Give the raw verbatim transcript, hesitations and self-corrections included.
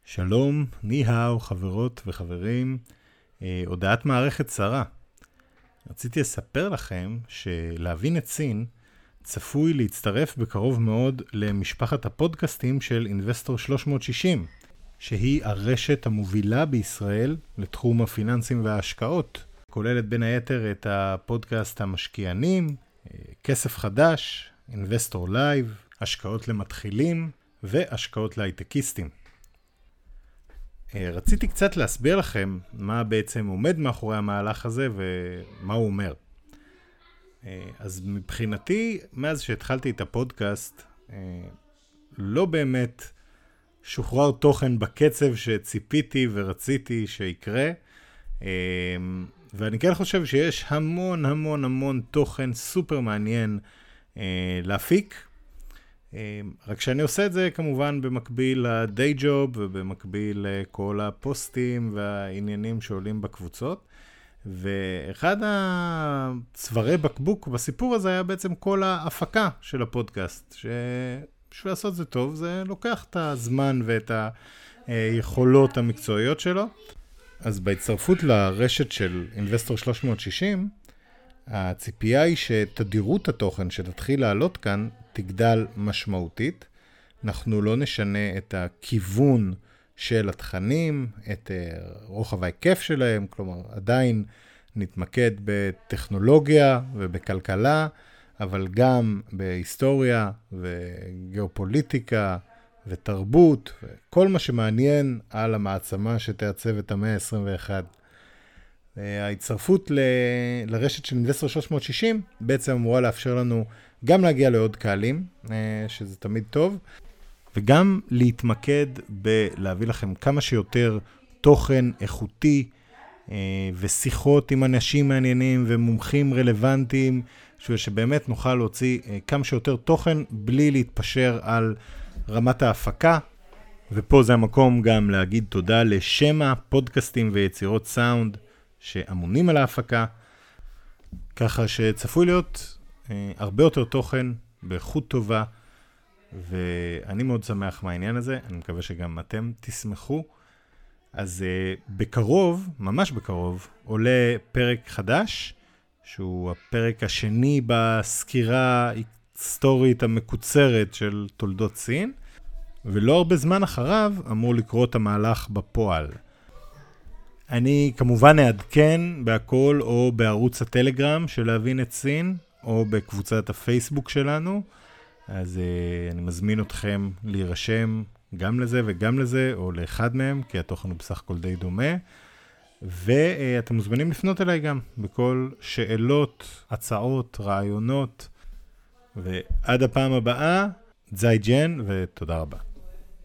שלום, ניהאו, חברות וחברים, אה, הודעת מערכת צרה. רציתי לספר לכם שלהבין את סין צפוי להצטרף בקרוב מאוד למשפחת הפודקאסטים של אינבסטור שלוש מאות שישים, שהיא הרשת המובילה בישראל לתחום הפיננסים וההשקעות. כוללת בין היתר את הפודקאסט המשקיענים, כסף חדש, אינבסטור לייב, השקעות למתחילים והשקעות להייטקיסטים. רציתי קצת להסביר לכם מה בעצם עומד מאחורי המהלך הזה ומה הוא אומר. אז מבחינתי, מאז שהתחלתי את הפודקאסט, לא באמת שוחרר תוכן בקצב שציפיתי ורציתי שיקרה, ואני כן חושב שיש המון המון המון תוכן סופר מעניין להפיק, רק שאני עושה את זה כמובן במקביל לדיי ג'וב ובמקביל לכל הפוסטים והעניינים שעולים בקבוצות. ואחד הצווארי בקבוק בסיפור הזה היה בעצם כל ההפקה של הפודקאסט, שבשביל לעשות זה טוב, זה לוקח את הזמן ואת היכולות המקצועיות שלו. אז בהצטרפות לרשת של אינבסטור שלוש מאות שישים, הציפייה היא שתדירות התוכן שתתחיל לעלות כאן תגדל משמעותית. אנחנו לא נשנה את הכיוון של התכנים, את רוחב ההיקף שלהם, כלומר עדיין נתמקד בטכנולוגיה ובכלכלה, אבל גם בהיסטוריה וגיאופוליטיקה ותרבות, וכל מה שמעניין על המעצמה שתעצב את המאה ה-עשרים ואחת. ההצטרפות ל... לרשת של אינבסטור שלוש מאות שישים בעצם אמורה לאפשר לנו גם להגיע לעוד קהלים, שזה תמיד טוב, וגם להתמקד בלהביא לכם כמה שיותר תוכן איכותי ושיחות עם אנשים מעניינים ומומחים רלוונטיים, שבאמת נוכל להוציא כמה שיותר תוכן בלי להתפשר על רמת ההפקה. ופה זה המקום גם להגיד תודה לשמה, פודקאסטים ויצירות סאונד שאמונים על ההפקה, ככה שצפוי להיות אה, הרבה יותר תוכן באיכות טובה, ואני מאוד שמח מהעניין הזה, אני מקווה שגם אתם תשמחו. אז אה, בקרוב, ממש בקרוב, עולה פרק חדש, שהוא הפרק השני בסקירה היסטורית המקוצרת של תולדות סין, ולא הרבה זמן אחריו אמור לקרות המהלך בפועל. אני כמובן אעדכן בהכל או בערוץ הטלגרם של להבין את סין, או בקבוצת הפייסבוק שלנו, אז uh, אני מזמין אתכם להירשם גם לזה וגם לזה, או לאחד מהם, כי התוכן הוא בסך הכל די דומה, ואתם uh, מוזמנים לפנות אליי גם, בכל שאלות, הצעות, רעיונות, ועד הפעם הבאה, זי ג'ן, ותודה רבה.